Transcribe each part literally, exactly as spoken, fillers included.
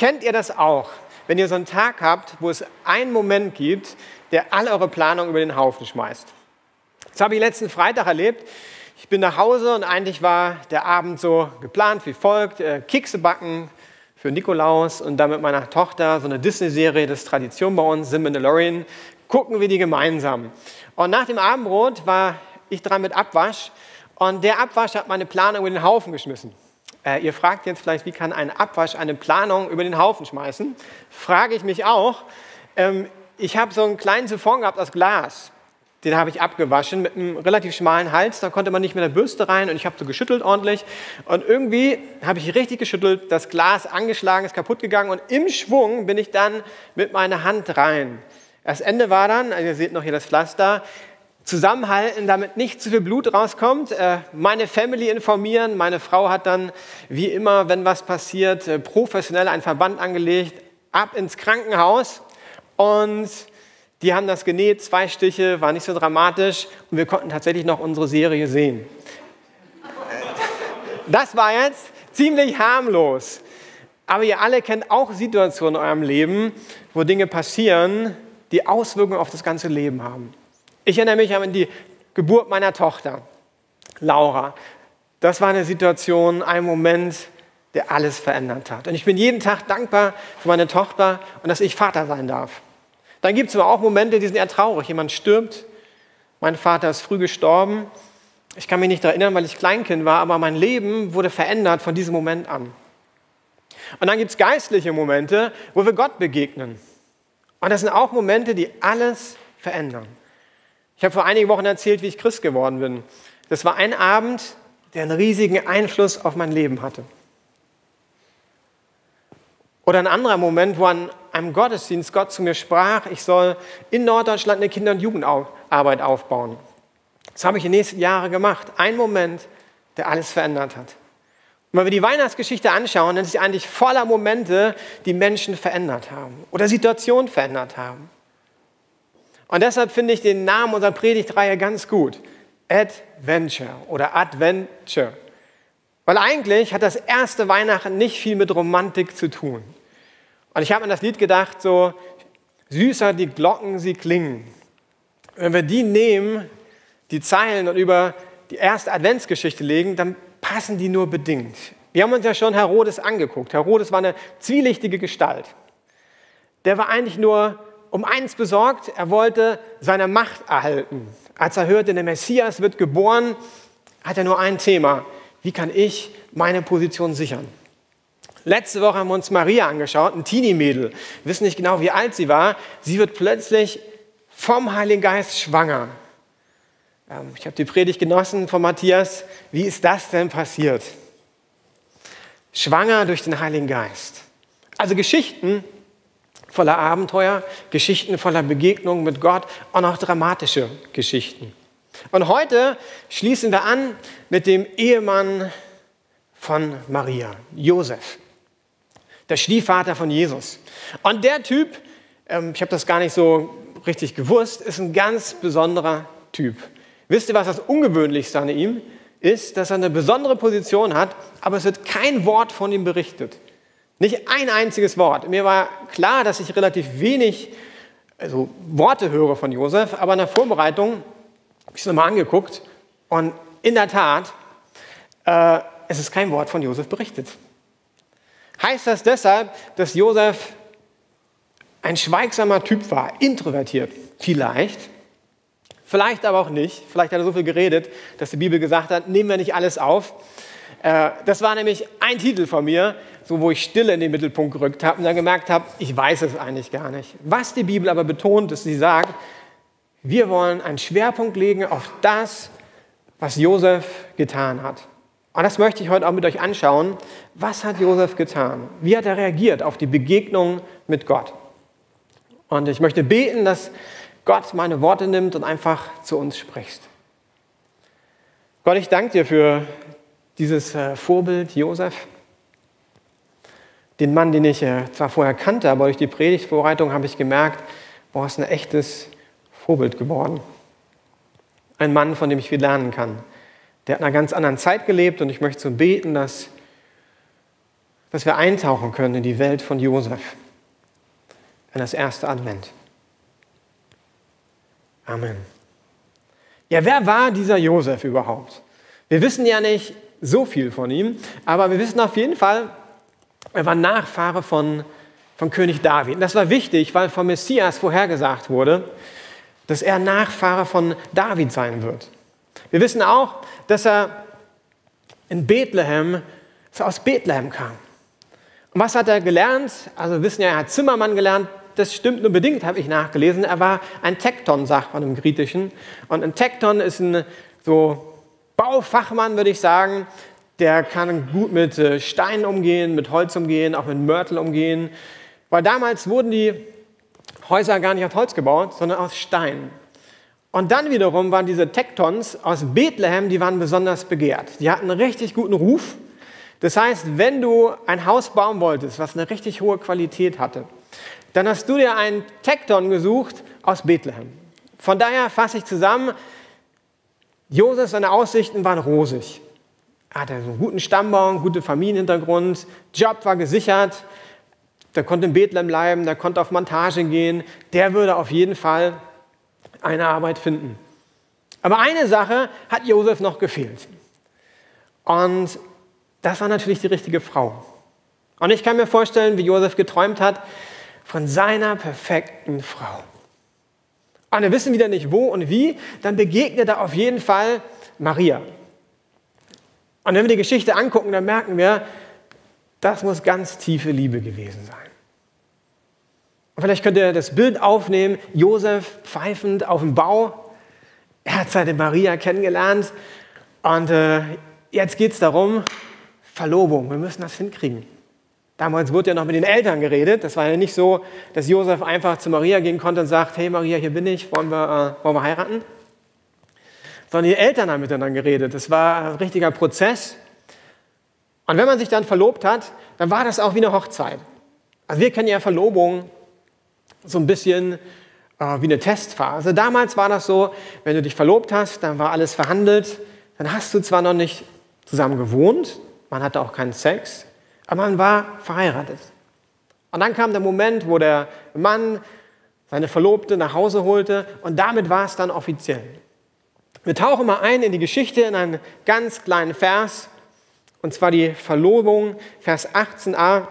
Kennt ihr das auch, wenn ihr so einen Tag habt, wo es einen Moment gibt, der all eure Planung über den Haufen schmeißt? Das habe ich letzten Freitag erlebt. Ich bin nach Hause und eigentlich war der Abend so geplant wie folgt. Äh, Kekse backen für Nikolaus und dann mit meiner Tochter so eine Disney-Serie, das ist Tradition bei uns, The Mandalorian, gucken wir die gemeinsam. Und nach dem Abendbrot war ich dran mit Abwasch und der Abwasch hat meine Planung über den Haufen geschmissen. Äh, ihr fragt jetzt vielleicht, wie kann ein Abwasch eine Planung über den Haufen schmeißen? Frage ich mich auch. Ähm, ich habe so einen kleinen Siphon gehabt aus Glas. Den habe ich abgewaschen mit einem relativ schmalen Hals. Da konnte man nicht mit der Bürste rein und ich habe so geschüttelt ordentlich. Und irgendwie habe ich richtig geschüttelt, das Glas angeschlagen, ist kaputt gegangen und im Schwung bin ich dann mit meiner Hand rein. Das Ende war dann, also ihr seht noch hier das Pflaster, zusammenhalten, damit nicht zu viel Blut rauskommt. Meine Family informieren. Meine Frau hat dann, wie immer, wenn was passiert, professionell einen Verband angelegt, ab ins Krankenhaus und die haben das genäht, zwei Stiche, war nicht so dramatisch und wir konnten tatsächlich noch unsere Serie sehen. Das war jetzt ziemlich harmlos. Aber ihr alle kennt auch Situationen in eurem Leben, wo Dinge passieren, die Auswirkungen auf das ganze Leben haben. Ich erinnere mich an die Geburt meiner Tochter, Laura. Das war eine Situation, ein Moment, der alles verändert hat. Und ich bin jeden Tag dankbar für meine Tochter und dass ich Vater sein darf. Dann gibt es aber auch Momente, die sind eher traurig. Jemand stirbt, mein Vater ist früh gestorben. Ich kann mich nicht daran erinnern, weil ich Kleinkind war, aber mein Leben wurde verändert von diesem Moment an. Und dann gibt es geistliche Momente, wo wir Gott begegnen. Und das sind auch Momente, die alles verändern. Ich habe vor einigen Wochen erzählt, wie ich Christ geworden bin. Das war ein Abend, der einen riesigen Einfluss auf mein Leben hatte. Oder ein anderer Moment, wo an einem Gottesdienst Gott zu mir sprach, ich soll in Norddeutschland eine Kinder- und Jugendarbeit aufbauen. Das habe ich die nächsten Jahre gemacht. Ein Moment, der alles verändert hat. Und wenn wir die Weihnachtsgeschichte anschauen, dann ist sie eigentlich voller Momente, die Menschen verändert haben oder Situationen verändert haben. Und deshalb finde ich den Namen unserer Predigtreihe ganz gut. Adventure oder Adventure. Weil eigentlich hat das erste Weihnachten nicht viel mit Romantik zu tun. Und ich habe an das Lied gedacht, so süßer die Glocken, sie klingen. Wenn wir die nehmen, die Zeilen und über die erste Adventsgeschichte legen, dann passen die nur bedingt. Wir haben uns ja schon Herodes angeguckt. Herodes war eine zwielichtige Gestalt. Der war eigentlich nur um eins besorgt, er wollte seine Macht erhalten. Als er hörte, der Messias wird geboren, hat er nur ein Thema. Wie kann ich meine Position sichern? Letzte Woche haben wir uns Maria angeschaut, ein Teenie-Mädel. Wir wissen nicht genau, wie alt sie war. Sie wird plötzlich vom Heiligen Geist schwanger. Ähm, ich habe die Predigt genossen von Matthias. Wie ist das denn passiert? Schwanger durch den Heiligen Geist. Also Geschichten voller Abenteuer, Geschichten voller Begegnungen mit Gott und auch dramatische Geschichten. Und heute schließen wir an mit dem Ehemann von Maria, Josef, der Stiefvater von Jesus. Und der Typ, ähm, ich habe das gar nicht so richtig gewusst, ist ein ganz besonderer Typ. Wisst ihr, was das Ungewöhnlichste an ihm ist? Dass er eine besondere Position hat, aber es wird kein Wort von ihm berichtet. Nicht ein einziges Wort. Mir war klar, dass ich relativ wenig also Worte höre von Josef, aber in der Vorbereitung habe ich es nochmal angeguckt und in der Tat, äh, es ist kein Wort von Josef berichtet. Heißt das deshalb, dass Josef ein schweigsamer Typ war, introvertiert? Vielleicht. Vielleicht aber auch nicht. Vielleicht hat er so viel geredet, dass die Bibel gesagt hat, nehmen wir nicht alles auf. Äh, das war nämlich ein Titel von mir, so wo ich Stille in den Mittelpunkt gerückt habe und dann gemerkt habe, ich weiß es eigentlich gar nicht. Was die Bibel aber betont, ist, sie sagt, wir wollen einen Schwerpunkt legen auf das, was Josef getan hat. Und das möchte ich heute auch mit euch anschauen. Was hat Josef getan? Wie hat er reagiert auf die Begegnung mit Gott? Und ich möchte beten, dass Gott meine Worte nimmt und einfach zu uns spricht. Gott, ich danke dir für dieses äh, Vorbild Josef. Den Mann, den ich äh, zwar vorher kannte, aber durch die Predigtvorbereitung habe ich gemerkt, boah, ist ein echtes Vorbild geworden. Ein Mann, von dem ich viel lernen kann. Der hat in einer ganz anderen Zeit gelebt und ich möchte so beten, dass dass wir eintauchen können in die Welt von Josef, in das erste Advent. Amen. Ja, wer war dieser Josef überhaupt? Wir wissen ja nicht so viel von ihm, aber wir wissen auf jeden Fall, er war Nachfahre von, von König David. Und das war wichtig, weil vom Messias vorhergesagt wurde, dass er Nachfahre von David sein wird. Wir wissen auch, dass er in Bethlehem, dass er aus Bethlehem kam. Und was hat er gelernt? Also wir wissen ja, er hat Zimmermann gelernt. Das stimmt nur bedingt, habe ich nachgelesen. Er war ein Tekton, sagt man im Griechischen. Und ein Tekton ist ein so Baufachmann, würde ich sagen. Der kann gut mit Steinen umgehen, mit Holz umgehen, auch mit Mörtel umgehen. Weil damals wurden die Häuser gar nicht aus Holz gebaut, sondern aus Stein. Und dann wiederum waren diese Tektons aus Bethlehem, die waren besonders begehrt. Die hatten einen richtig guten Ruf. Das heißt, wenn du ein Haus bauen wolltest, was eine richtig hohe Qualität hatte, dann hast du dir einen Tekton gesucht aus Bethlehem. Von daher fasse ich zusammen, Josef, seine Aussichten waren rosig. Er hatte einen guten Stammbaum, guten Familienhintergrund, Job war gesichert, der konnte in Bethlehem bleiben, der konnte auf Montage gehen, der würde auf jeden Fall eine Arbeit finden. Aber eine Sache hat Josef noch gefehlt. Und das war natürlich die richtige Frau. Und ich kann mir vorstellen, wie Josef geträumt hat von seiner perfekten Frau. Und wir wissen wieder nicht wo und wie, dann begegnet er auf jeden Fall Maria. Und wenn wir die Geschichte angucken, dann merken wir, das muss ganz tiefe Liebe gewesen sein. Und vielleicht könnt ihr das Bild aufnehmen, Josef pfeifend auf dem Bau. Er hat seine Maria kennengelernt und äh, jetzt geht es darum, Verlobung, wir müssen das hinkriegen. Damals wurde ja noch mit den Eltern geredet. Das war ja nicht so, dass Josef einfach zu Maria gehen konnte und sagt, hey Maria, hier bin ich, wollen wir, äh, wollen wir heiraten? Sondern die Eltern haben miteinander geredet. Das war ein richtiger Prozess. Und wenn man sich dann verlobt hat, dann war das auch wie eine Hochzeit. Also wir kennen ja Verlobung so ein bisschen äh, wie eine Testphase. Damals war das so, wenn du dich verlobt hast, dann war alles verhandelt. Dann hast du zwar noch nicht zusammen gewohnt, man hatte auch keinen Sex, aber man war verheiratet. Und dann kam der Moment, wo der Mann seine Verlobte nach Hause holte und damit war es dann offiziell. Wir tauchen mal ein in die Geschichte in einen ganz kleinen Vers, und zwar die Verlobung, Vers achtzehn a.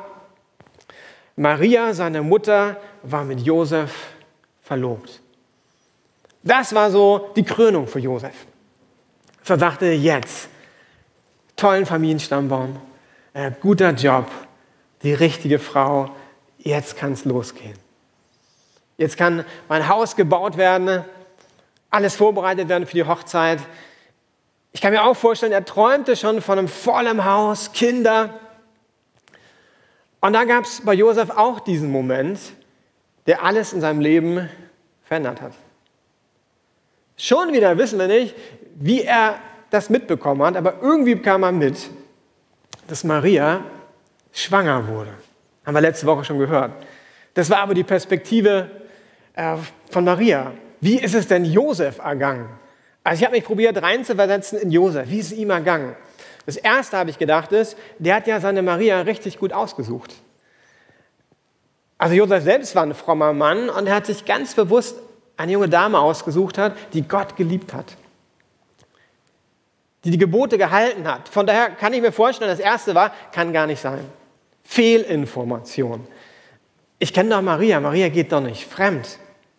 Maria, seine Mutter, war mit Josef verlobt. Das war so die Krönung für Josef. So dachte er, jetzt, tollen Familienstammbaum, äh, guter Job, die richtige Frau, jetzt kann es losgehen. Jetzt kann mein Haus gebaut werden, alles vorbereitet werden für die Hochzeit. Ich kann mir auch vorstellen, er träumte schon von einem vollen Haus, Kinder. Und da gab es bei Josef auch diesen Moment, der alles in seinem Leben verändert hat. Schon wieder wissen wir nicht, wie er das mitbekommen hat, aber irgendwie bekam er mit, dass Maria schwanger wurde. Haben wir letzte Woche schon gehört. Das war aber die Perspektive äh, von Maria. Wie ist es denn Josef ergangen? Also ich habe mich probiert reinzuversetzen in Josef. Wie ist es ihm ergangen? Das Erste, habe ich gedacht, ist, der hat ja seine Maria richtig gut ausgesucht. Also Josef selbst war ein frommer Mann und er hat sich ganz bewusst eine junge Dame ausgesucht hat, die Gott geliebt hat. Die die Gebote gehalten hat. Von daher kann ich mir vorstellen, das Erste war, kann gar nicht sein. Fehlinformation. Ich kenne doch Maria, Maria geht doch nicht fremd.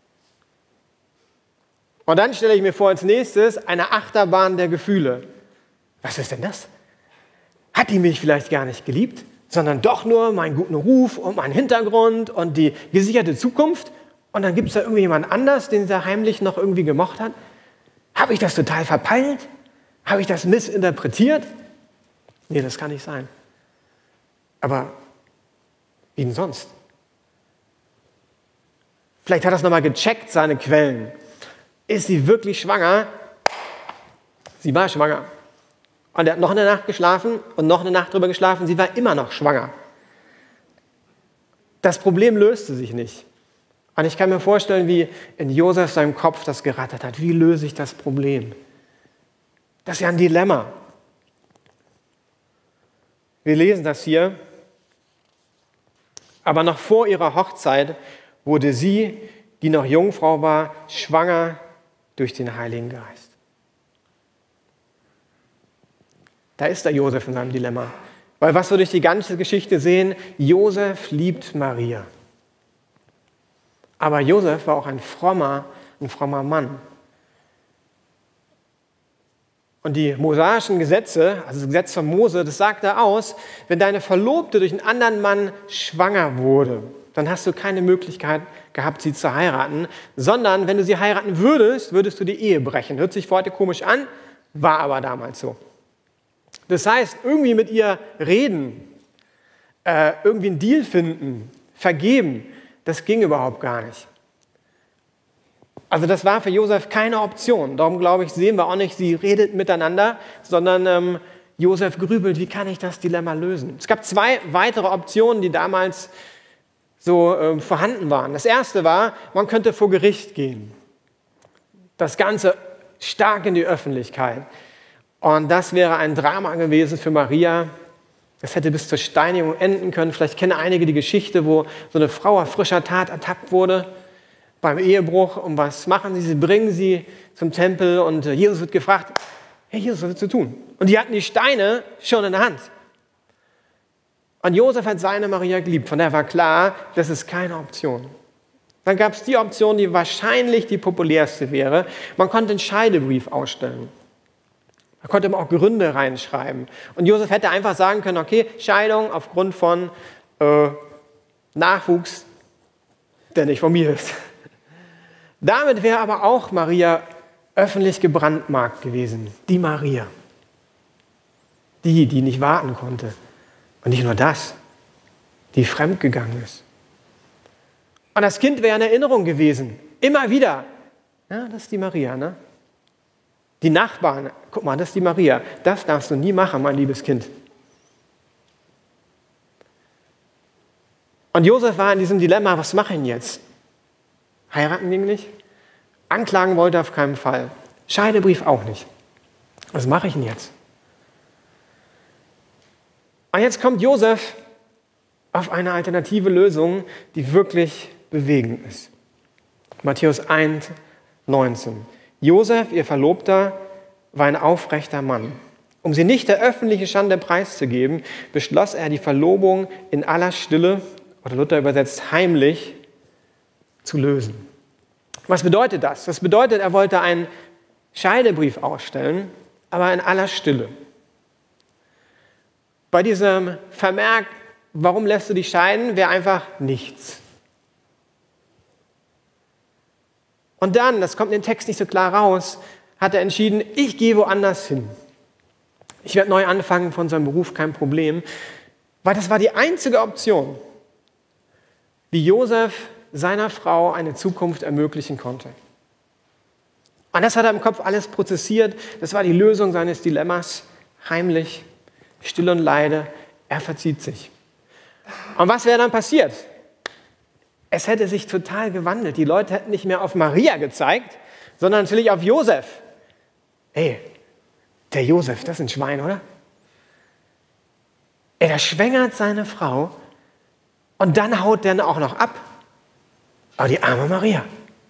Und dann stelle ich mir vor als nächstes eine Achterbahn der Gefühle. Was ist denn das? Hat die mich vielleicht gar nicht geliebt, sondern doch nur meinen guten Ruf und meinen Hintergrund und die gesicherte Zukunft? Und dann gibt es da irgendwie jemand anders, den sie heimlich noch irgendwie gemocht hat? Habe ich das total verpeilt? Habe ich das missinterpretiert? Nee, das kann nicht sein. Aber wie denn sonst? Vielleicht hat er es nochmal gecheckt, seine Quellen. Ist sie wirklich schwanger? Sie war schwanger. Und er hat noch eine Nacht geschlafen und noch eine Nacht drüber geschlafen. Sie war immer noch schwanger. Das Problem löste sich nicht. Und ich kann mir vorstellen, wie in Josef seinem Kopf das gerattert hat. Wie löse ich das Problem? Das ist ja ein Dilemma. Wir lesen das hier Aber noch vor ihrer Hochzeit wurde sie, die noch Jungfrau war, schwanger durch den Heiligen Geist. Da ist der Josef in seinem Dilemma. Weil was wir durch die ganze Geschichte sehen, Josef liebt Maria. Aber Josef war auch ein frommer, ein frommer Mann. Und die mosaischen Gesetze, also das Gesetz von Mose, das sagt da aus, wenn deine Verlobte durch einen anderen Mann schwanger wurde, dann hast du keine Möglichkeit gehabt, sie zu heiraten, sondern wenn du sie heiraten würdest, würdest du die Ehe brechen. Hört sich für heute komisch an, war aber damals so. Das heißt, irgendwie mit ihr reden, äh, irgendwie einen Deal finden, vergeben, das ging überhaupt gar nicht. Also das war für Josef keine Option. Darum glaube ich, sehen wir auch nicht, sie redet miteinander, sondern ähm, Josef grübelt, wie kann ich das Dilemma lösen? Es gab zwei weitere Optionen, die damals so ähm, vorhanden waren. Das erste war, man könnte vor Gericht gehen. Das Ganze stark in die Öffentlichkeit. Und das wäre ein Drama gewesen für Maria. Das hätte bis zur Steinigung enden können. Vielleicht kennen einige die Geschichte, wo so eine Frau auf frischer Tat ertappt wurde beim Ehebruch. Und was machen sie? Sie bringen sie zum Tempel und Jesus wird gefragt, hey Jesus, was willst du tun? Und die hatten die Steine schon in der Hand. Und Josef hat seine Maria geliebt. Von daher war klar, das ist keine Option. Dann gab es die Option, die wahrscheinlich die populärste wäre. Man konnte einen Scheidebrief ausstellen. Da konnte man auch Gründe reinschreiben. Und Josef hätte einfach sagen können, okay, Scheidung aufgrund von äh, Nachwuchs, der nicht von mir ist. Damit wäre aber auch Maria öffentlich gebrandmarkt gewesen. Die Maria. Die, die nicht warten konnte. Und nicht nur das, die fremdgegangen ist. Und das Kind wäre in Erinnerung gewesen. Immer wieder. Ja, das ist die Maria, ne? Die Nachbarn, guck mal, das ist die Maria. Das darfst du nie machen, mein liebes Kind. Und Josef war in diesem Dilemma, was mache ich denn jetzt? Heiraten ging nicht? Anklagen wollte er auf keinen Fall. Scheidebrief auch nicht. Was mache ich denn jetzt? Und jetzt kommt Josef auf eine alternative Lösung, die wirklich bewegend ist. Matthäus eins, neunzehn. Josef, ihr Verlobter, war ein aufrechter Mann. Um sie nicht der öffentlichen Schande preiszugeben, beschloss er, die Verlobung in aller Stille, oder Luther übersetzt heimlich, zu lösen. Was bedeutet das? Das bedeutet, er wollte einen Scheidebrief ausstellen, aber in aller Stille. Bei diesem Vermerk, warum lässt du dich scheiden, wäre einfach nichts. Und dann, das kommt in den Text nicht so klar raus, hat er entschieden, ich gehe woanders hin. Ich werde neu anfangen von seinem Beruf, kein Problem. Weil das war die einzige Option, wie Josef seiner Frau eine Zukunft ermöglichen konnte. Und das hat er im Kopf alles prozessiert. Das war die Lösung seines Dilemmas. Heimlich, still und leide, er verzieht sich. Und was wäre dann passiert? Es hätte sich total gewandelt. Die Leute hätten nicht mehr auf Maria gezeigt, sondern natürlich auf Josef. Hey, der Josef, das ist ein Schwein, oder? Er schwängert seine Frau und dann haut der auch noch ab. Aber die arme Maria.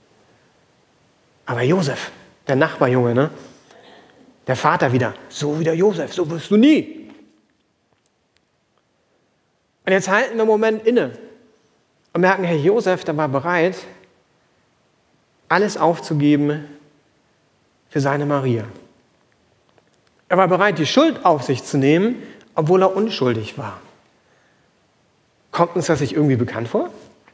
Aber Josef, der Nachbarjunge, ne? Der Vater wieder, so wie der Josef, so wirst du nie. Und jetzt halten wir einen Moment inne und merken, Herr Josef, der war bereit, alles aufzugeben für seine Maria. Er war bereit, die Schuld auf sich zu nehmen, obwohl er unschuldig war. Kommt uns das nicht irgendwie bekannt vor?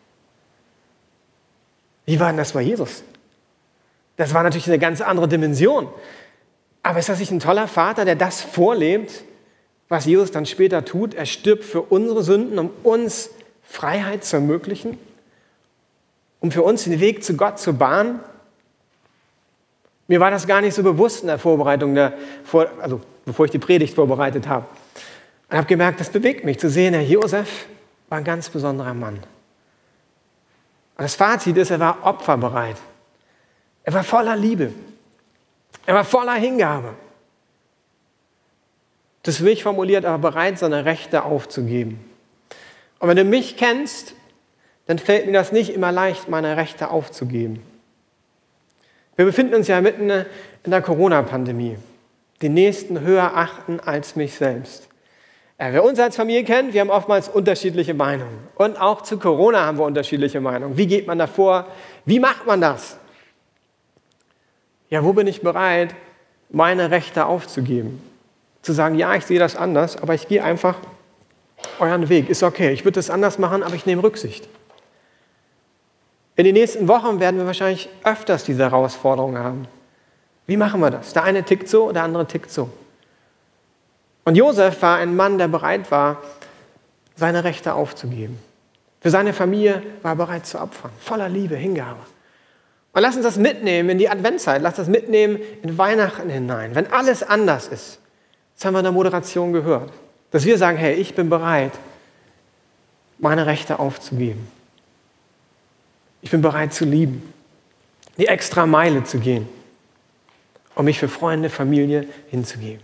Wie war denn das bei Jesus? Das war natürlich eine ganz andere Dimension. Aber ist das nicht ein toller Vater, der das vorlebt, was Jesus dann später tut? Er stirbt für unsere Sünden, um uns Freiheit zu ermöglichen, um für uns den Weg zu Gott zu bahnen. Mir war das gar nicht so bewusst in der Vorbereitung, der, also bevor ich die Predigt vorbereitet habe. Und habe gemerkt, das bewegt mich zu sehen, Herr Josef war ein ganz besonderer Mann. Und das Fazit ist, er war opferbereit. Er war voller Liebe. Er war voller Hingabe. Das will ich formuliert, aber bereit, seine Rechte aufzugeben. Und wenn du mich kennst, dann fällt mir das nicht immer leicht, meine Rechte aufzugeben. Wir befinden uns ja mitten in der Corona-Pandemie. Den Nächsten höher achten als mich selbst. Ja, wer uns als Familie kennt, wir haben oftmals unterschiedliche Meinungen. Und auch zu Corona haben wir unterschiedliche Meinungen. Wie geht man da vor? Wie macht man das? Ja, wo bin ich bereit, meine Rechte aufzugeben? Zu sagen, ja, ich sehe das anders, aber ich gehe einfach euren Weg. Ist okay, ich würde das anders machen, aber ich nehme Rücksicht. In den nächsten Wochen werden wir wahrscheinlich öfters diese Herausforderungen haben. Wie machen wir das? Der eine tickt so, der andere tickt so. Und Josef war ein Mann, der bereit war, seine Rechte aufzugeben. Für seine Familie war er bereit zu opfern, voller Liebe, Hingabe. Und lass uns das mitnehmen in die Adventszeit, lass das mitnehmen in Weihnachten hinein, wenn alles anders ist. Das haben wir in der Moderation gehört. Dass wir sagen, hey, ich bin bereit, meine Rechte aufzugeben. Ich bin bereit zu lieben, die extra Meile zu gehen, um mich für Freunde, Familie hinzugeben.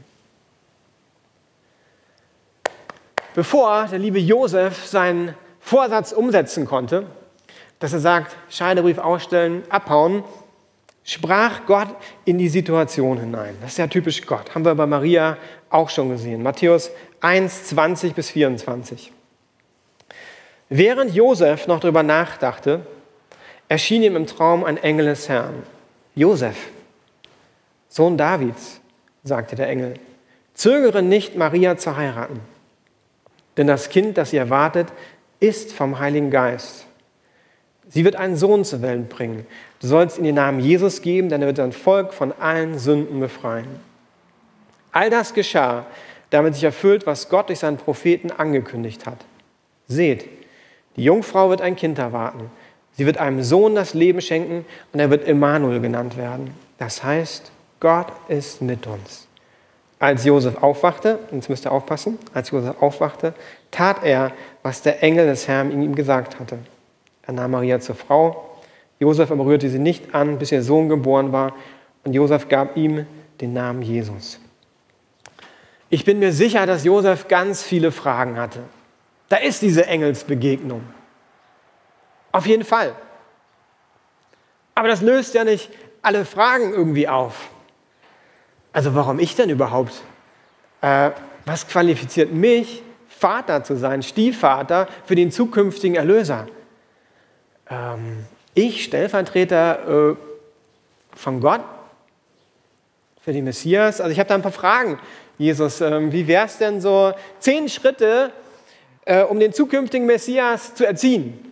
Bevor der liebe Josef seinen Vorsatz umsetzen konnte, dass er sagt, Scheidebrief ausstellen, abhauen, sprach Gott in die Situation hinein. Das ist ja typisch Gott. Haben wir bei Maria auch schon gesehen. Matthäus eins, zwanzig bis vierundzwanzig. Während Josef noch darüber nachdachte, erschien ihm im Traum ein Engel des Herrn. Josef, Sohn Davids, sagte der Engel, zögere nicht, Maria zu heiraten. Denn das Kind, das sie erwartet, ist vom Heiligen Geist. Sie wird einen Sohn zur Welt bringen. Du sollst ihm den Namen Jesus geben, denn er wird sein Volk von allen Sünden befreien. All das geschah, damit sich erfüllt, was Gott durch seinen Propheten angekündigt hat. Seht, die Jungfrau wird ein Kind erwarten. Sie wird einem Sohn das Leben schenken und er wird Immanuel genannt werden. Das heißt, Gott ist mit uns. Als Josef aufwachte, jetzt müsst ihr aufpassen, als Josef aufwachte, tat er, was der Engel des Herrn ihm gesagt hatte. Er nahm Maria zur Frau. Josef aber rührte sie nicht an, bis ihr Sohn geboren war. Und Josef gab ihm den Namen Jesus. Ich bin mir sicher, dass Josef ganz viele Fragen hatte. Da ist diese Engelsbegegnung. Auf jeden Fall. Aber das löst ja nicht alle Fragen irgendwie auf. Also warum ich denn überhaupt? Äh, was qualifiziert mich, Vater zu sein, Stiefvater für den zukünftigen Erlöser? Ähm, ich, Stellvertreter äh, von Gott für den Messias? Also ich habe da ein paar Fragen. Jesus, äh, wie wäre es denn so, zehn Schritte, äh, um den zukünftigen Messias zu erziehen?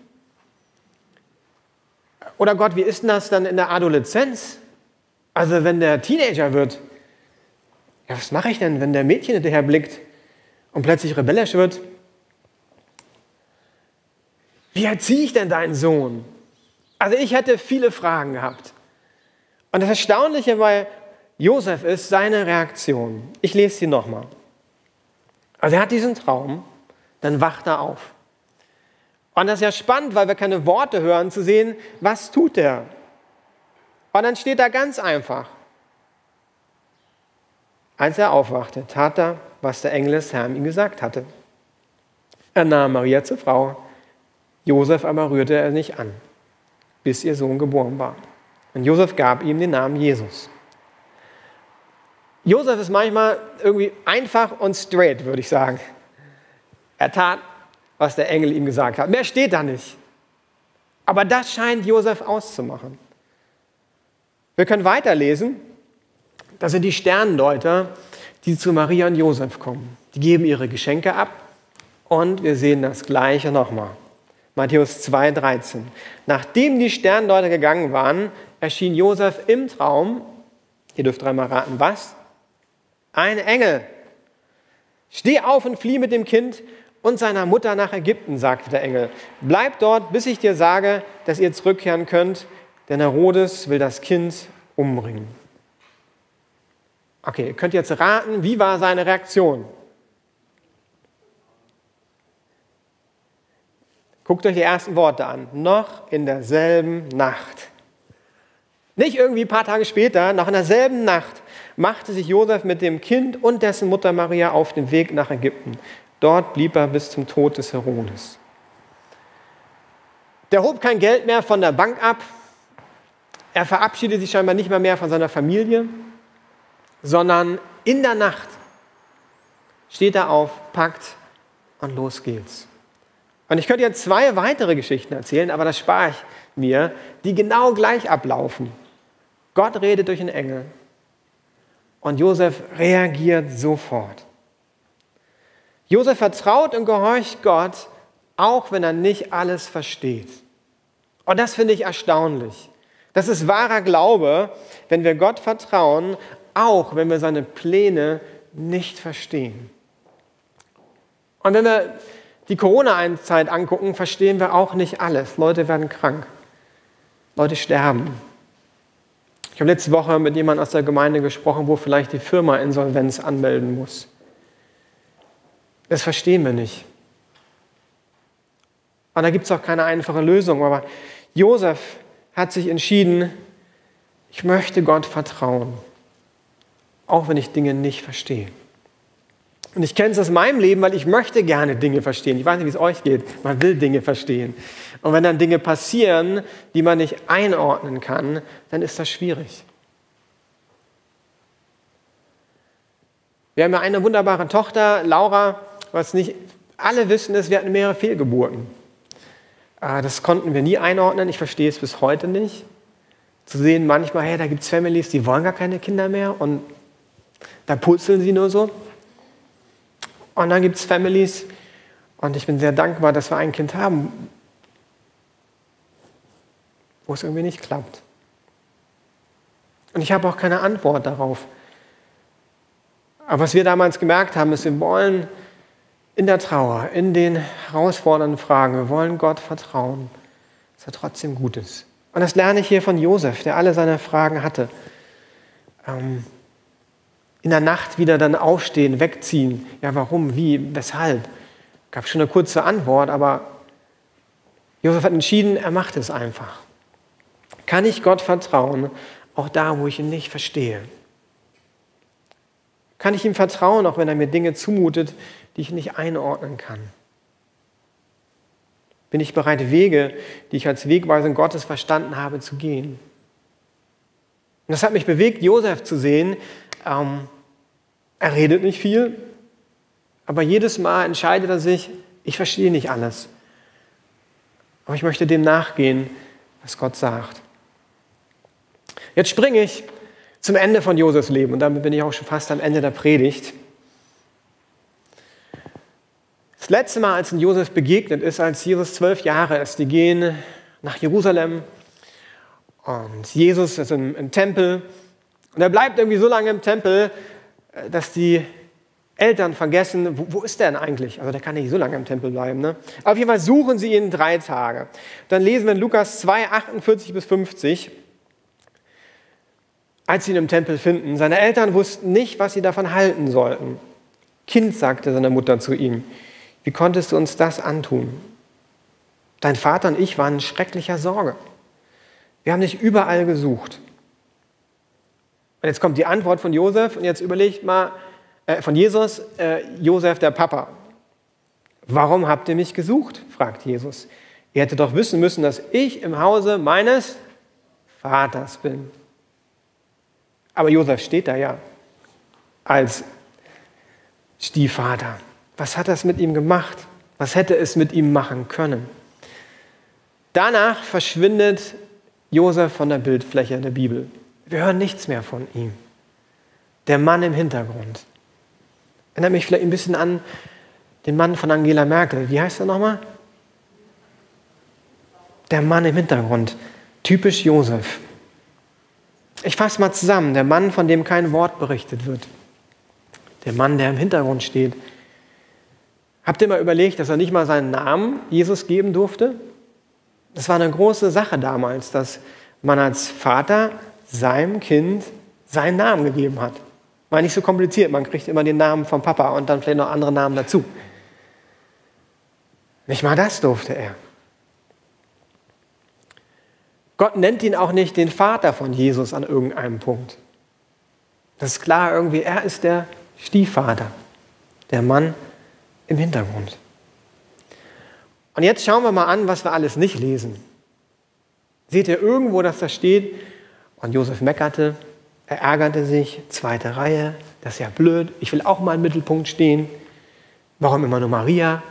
Oder Gott, wie ist denn das dann in der Adoleszenz? Also wenn der Teenager wird, ja, was mache ich denn, wenn der Mädchen hinterher blickt und plötzlich rebellisch wird? Wie erziehe ich denn deinen Sohn? Also ich hätte viele Fragen gehabt. Und das Erstaunliche bei Josef ist seine Reaktion. Ich lese sie nochmal. Also er hat diesen Traum, dann wacht er auf. Und das ist ja spannend, weil wir keine Worte hören, zu sehen, was tut er? Und dann steht da ganz einfach. Als er aufwachte, tat er, was der Engel des Herrn ihm gesagt hatte. Er nahm Maria zur Frau, Josef aber rührte er nicht an, bis ihr Sohn geboren war. Und Josef gab ihm den Namen Jesus. Josef ist manchmal irgendwie einfach und straight, würde ich sagen. Er tat, was der Engel ihm gesagt hat. Mehr steht da nicht. Aber das scheint Josef auszumachen. Wir können weiterlesen. Das sind die Sterndeuter, die zu Maria und Josef kommen. Die geben ihre Geschenke ab und wir sehen das Gleiche nochmal. Matthäus zwei, dreizehn. Nachdem die Sterndeuter gegangen waren, erschien Josef im Traum, ihr dürft dreimal raten, was? Ein Engel. Steh auf und flieh mit dem Kind und seiner Mutter nach Ägypten, sagte der Engel. Bleib dort, bis ich dir sage, dass ihr zurückkehren könnt, denn Herodes will das Kind umbringen. Okay, ihr könnt jetzt raten, wie war seine Reaktion? Guckt euch die ersten Worte an. Noch in derselben Nacht. Nicht irgendwie ein paar Tage später, noch in derselben Nacht machte sich Josef mit dem Kind und dessen Mutter Maria auf den Weg nach Ägypten. Dort blieb er bis zum Tod des Herodes. Der hob kein Geld mehr von der Bank ab. Er verabschiedet sich scheinbar nicht mehr, mehr von seiner Familie, sondern in der Nacht steht er auf, packt und los geht's. Und ich könnte jetzt zwei weitere Geschichten erzählen, aber das spare ich mir, die genau gleich ablaufen. Gott redet durch einen Engel und Josef reagiert sofort. Josef vertraut und gehorcht Gott, auch wenn er nicht alles versteht. Und das finde ich erstaunlich. Das ist wahrer Glaube, wenn wir Gott vertrauen, auch wenn wir seine Pläne nicht verstehen. Und wenn wir die Corona-Zeit angucken, verstehen wir auch nicht alles. Leute werden krank. Leute sterben. Ich habe letzte Woche mit jemandem aus der Gemeinde gesprochen, wo vielleicht die Firma Insolvenz anmelden muss. Das verstehen wir nicht. Und da gibt es auch keine einfache Lösung. Aber Josef hat sich entschieden, ich möchte Gott vertrauen, auch wenn ich Dinge nicht verstehe. Und ich kenne es aus meinem Leben, weil ich möchte gerne Dinge verstehen. Ich weiß nicht, wie es euch geht. Man will Dinge verstehen. Und wenn dann Dinge passieren, die man nicht einordnen kann, dann ist das schwierig. Wir haben ja eine wunderbare Tochter, Laura, was nicht alle wissen ist, wir hatten mehrere Fehlgeburten. Das konnten wir nie einordnen. Ich verstehe es bis heute nicht. Zu sehen manchmal, hey, da gibt es Families, die wollen gar keine Kinder mehr und da purzeln sie nur so. Und dann gibt es Families, und ich bin sehr dankbar, dass wir ein Kind haben, wo es irgendwie nicht klappt. Und ich habe auch keine Antwort darauf. Aber was wir damals gemerkt haben, ist, wir wollen in der Trauer, in den herausfordernden Fragen, wir wollen Gott vertrauen, dass er trotzdem gut ist. Und das lerne ich hier von Josef, der alle seine Fragen hatte. Ähm, in der Nacht wieder dann aufstehen, wegziehen. Ja, warum, wie, weshalb? Gab schon eine kurze Antwort, aber Josef hat entschieden, er macht es einfach. Kann ich Gott vertrauen, auch da, wo ich ihn nicht verstehe? Kann ich ihm vertrauen, auch wenn er mir Dinge zumutet, die ich nicht einordnen kann? Bin ich bereit, Wege, die ich als Wegweisung Gottes verstanden habe, zu gehen? Und das hat mich bewegt, Josef zu sehen. Ähm, er redet nicht viel, aber jedes Mal entscheidet er sich, ich verstehe nicht alles. Aber ich möchte dem nachgehen, was Gott sagt. Jetzt springe ich zum Ende von Josefs Leben und damit bin ich auch schon fast am Ende der Predigt. Das letzte Mal, als Josef begegnet ist, als Jesus zwölf Jahre ist, die gehen nach Jerusalem und Jesus ist im, im Tempel und er bleibt irgendwie so lange im Tempel, dass die Eltern vergessen, wo, wo ist der denn eigentlich? Also der kann nicht so lange im Tempel bleiben. Ne? Auf jeden Fall suchen sie ihn drei Tage. Dann lesen wir in Lukas zwei, achtundvierzig bis fünfzig, als sie ihn im Tempel finden. Seine Eltern wussten nicht, was sie davon halten sollten. Kind, sagte seine Mutter zu ihm, wie konntest du uns das antun? Dein Vater und ich waren in schrecklicher Sorge. Wir haben dich überall gesucht. Und jetzt kommt die Antwort von Josef und jetzt überlegt mal, äh, von Jesus, äh, Josef der Papa. Warum habt ihr mich gesucht? Fragt Jesus. Ihr hättet doch wissen müssen, dass ich im Hause meines Vaters bin. Aber Josef steht da ja als Stiefvater. Was hat das mit ihm gemacht? Was hätte es mit ihm machen können? Danach verschwindet Josef von der Bildfläche der Bibel. Wir hören nichts mehr von ihm. Der Mann im Hintergrund. Erinnert mich vielleicht ein bisschen an den Mann von Angela Merkel. Wie heißt er nochmal? Der Mann im Hintergrund. Typisch Josef. Ich fasse mal zusammen. Der Mann, von dem kein Wort berichtet wird. Der Mann, der im Hintergrund steht. Habt ihr mal überlegt, dass er nicht mal seinen Namen Jesus geben durfte? Das war eine große Sache damals, dass man als Vater seinem Kind seinen Namen gegeben hat. War nicht so kompliziert, man kriegt immer den Namen vom Papa und dann vielleicht noch andere Namen dazu. Nicht mal das durfte er. Gott nennt ihn auch nicht den Vater von Jesus an irgendeinem Punkt. Das ist klar irgendwie, er ist der Stiefvater, der Mann im Hintergrund. Und jetzt schauen wir mal an, was wir alles nicht lesen. Seht ihr irgendwo, dass da steht, und Josef meckerte, er ärgerte sich, zweite Reihe, das ist ja blöd, ich will auch mal im Mittelpunkt stehen. Warum immer nur Maria?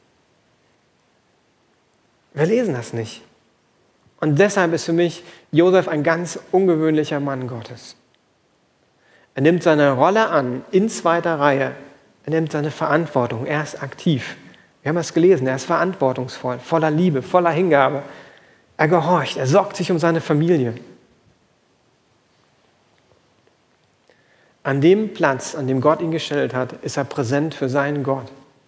Wir lesen das nicht. Und deshalb ist für mich Josef ein ganz ungewöhnlicher Mann Gottes. Er nimmt seine Rolle an, in zweiter Reihe. Er nimmt seine Verantwortung, er ist aktiv. Wir haben es gelesen, er ist verantwortungsvoll, voller Liebe, voller Hingabe. Er gehorcht, er sorgt sich um seine Familie. An dem Platz, an dem Gott ihn gestellt hat, ist er präsent für seinen Gott.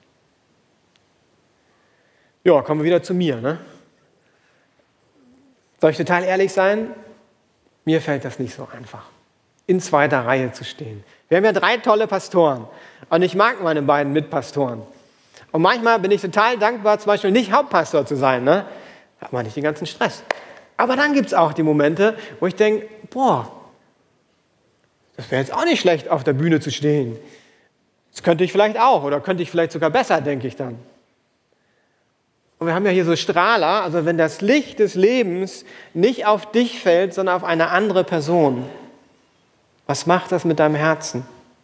Ja, kommen wir wieder zu mir. Ne? Soll ich total ehrlich sein? Mir fällt das nicht so einfach, in zweiter Reihe zu stehen. Wir haben ja drei tolle Pastoren und ich mag meine beiden Mitpastoren. Und manchmal bin ich total dankbar, zum Beispiel nicht Hauptpastor zu sein. Ne? Da hat man nicht den ganzen Stress. Aber dann gibt es auch die Momente, wo ich denke, boah, das wäre jetzt auch nicht schlecht, auf der Bühne zu stehen. Das könnte ich vielleicht auch oder könnte ich vielleicht sogar besser, denke ich dann. Und wir haben ja hier so Strahler, also wenn das Licht des Lebens nicht auf dich fällt, sondern auf eine andere Person, was macht das mit deinem Herzen?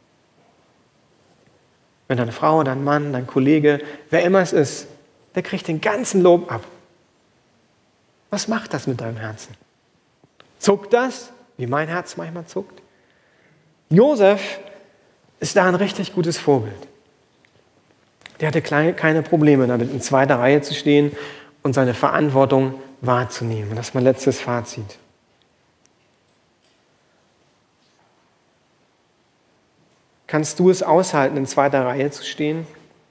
Wenn deine Frau, dein Mann, dein Kollege, wer immer es ist, der kriegt den ganzen Lob ab. Was macht das mit deinem Herzen? Zuckt das, wie mein Herz manchmal zuckt? Josef ist da ein richtig gutes Vorbild. Der hatte keine Probleme damit, in zweiter Reihe zu stehen und seine Verantwortung wahrzunehmen. Das ist mein letztes Fazit. Kannst du es aushalten, in zweiter Reihe zu stehen?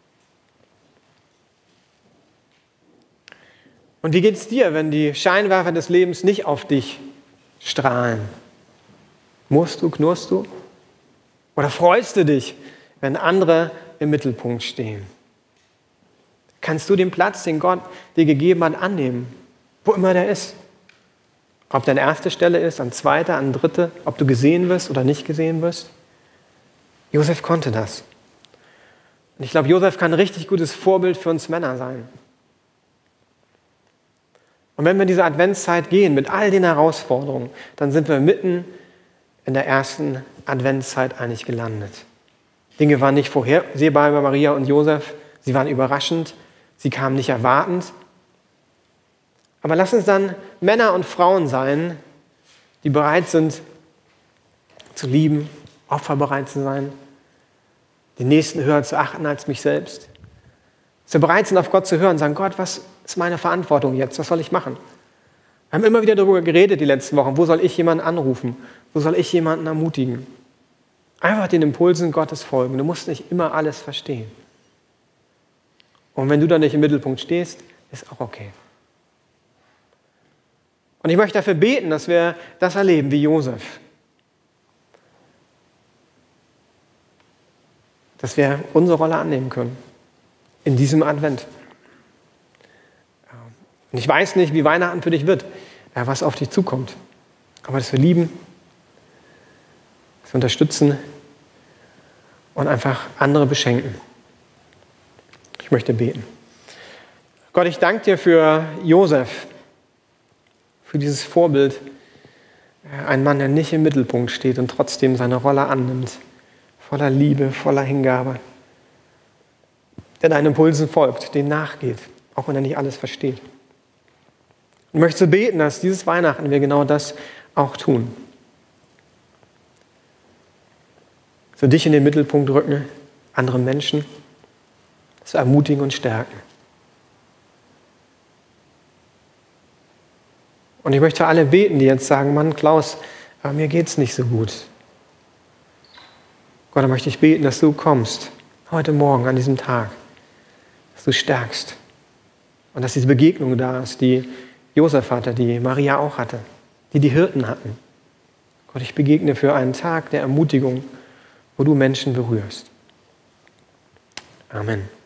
Und wie geht es dir, wenn die Scheinwerfer des Lebens nicht auf dich strahlen? Murrst du, knurrst du? Oder freust du dich, wenn andere im Mittelpunkt stehen? Kannst du den Platz, den Gott dir gegeben hat, annehmen, wo immer der ist? Ob der an erster Stelle ist, an zweiter, an dritter, ob du gesehen wirst oder nicht gesehen wirst? Josef konnte das. Und ich glaube, Josef kann ein richtig gutes Vorbild für uns Männer sein. Und wenn wir in diese Adventszeit gehen mit all den Herausforderungen, dann sind wir mitten in der ersten Adventszeit eigentlich gelandet. Dinge waren nicht vorhersehbar bei Maria und Josef. Sie waren überraschend. Sie kamen nicht erwartend. Aber lass uns dann Männer und Frauen sein, die bereit sind zu lieben, opferbereit zu sein, den Nächsten höher zu achten als mich selbst. Dass wir bereit sind, auf Gott zu hören und sagen, Gott, was ist meine Verantwortung jetzt? Was soll ich machen? Wir haben immer wieder darüber geredet die letzten Wochen. Wo soll ich jemanden anrufen? Wo soll ich jemanden ermutigen? Einfach den Impulsen Gottes folgen. Du musst nicht immer alles verstehen. Und wenn du da nicht im Mittelpunkt stehst, ist auch okay. Und ich möchte dafür beten, dass wir das erleben wie Josef. Dass wir unsere Rolle annehmen können in diesem Advent. Und ich weiß nicht, wie Weihnachten für dich wird, was auf dich zukommt. Aber dass wir lieben, dass wir unterstützen und einfach andere beschenken. Ich möchte beten. Gott, ich danke dir für Josef, für dieses Vorbild. Ein Mann, der nicht im Mittelpunkt steht und trotzdem seine Rolle annimmt. Voller Liebe, voller Hingabe. Der deinen Impulsen folgt, denen nachgeht, auch wenn er nicht alles versteht. Ich möchte beten, dass dieses Weihnachten wir genau das auch tun. Dass wir dich in den Mittelpunkt rücken, andere Menschen, dass wir ermutigen und stärken. Und ich möchte für alle beten, die jetzt sagen, Mann, Klaus, aber mir geht's nicht so gut. Gott, da möchte ich beten, dass du kommst, heute Morgen, an diesem Tag, dass du stärkst und dass diese Begegnung da ist, die Josef hatte, die Maria auch hatte, die die Hirten hatten. Gott, ich begegne für einen Tag der Ermutigung, wo du Menschen berührst. Amen.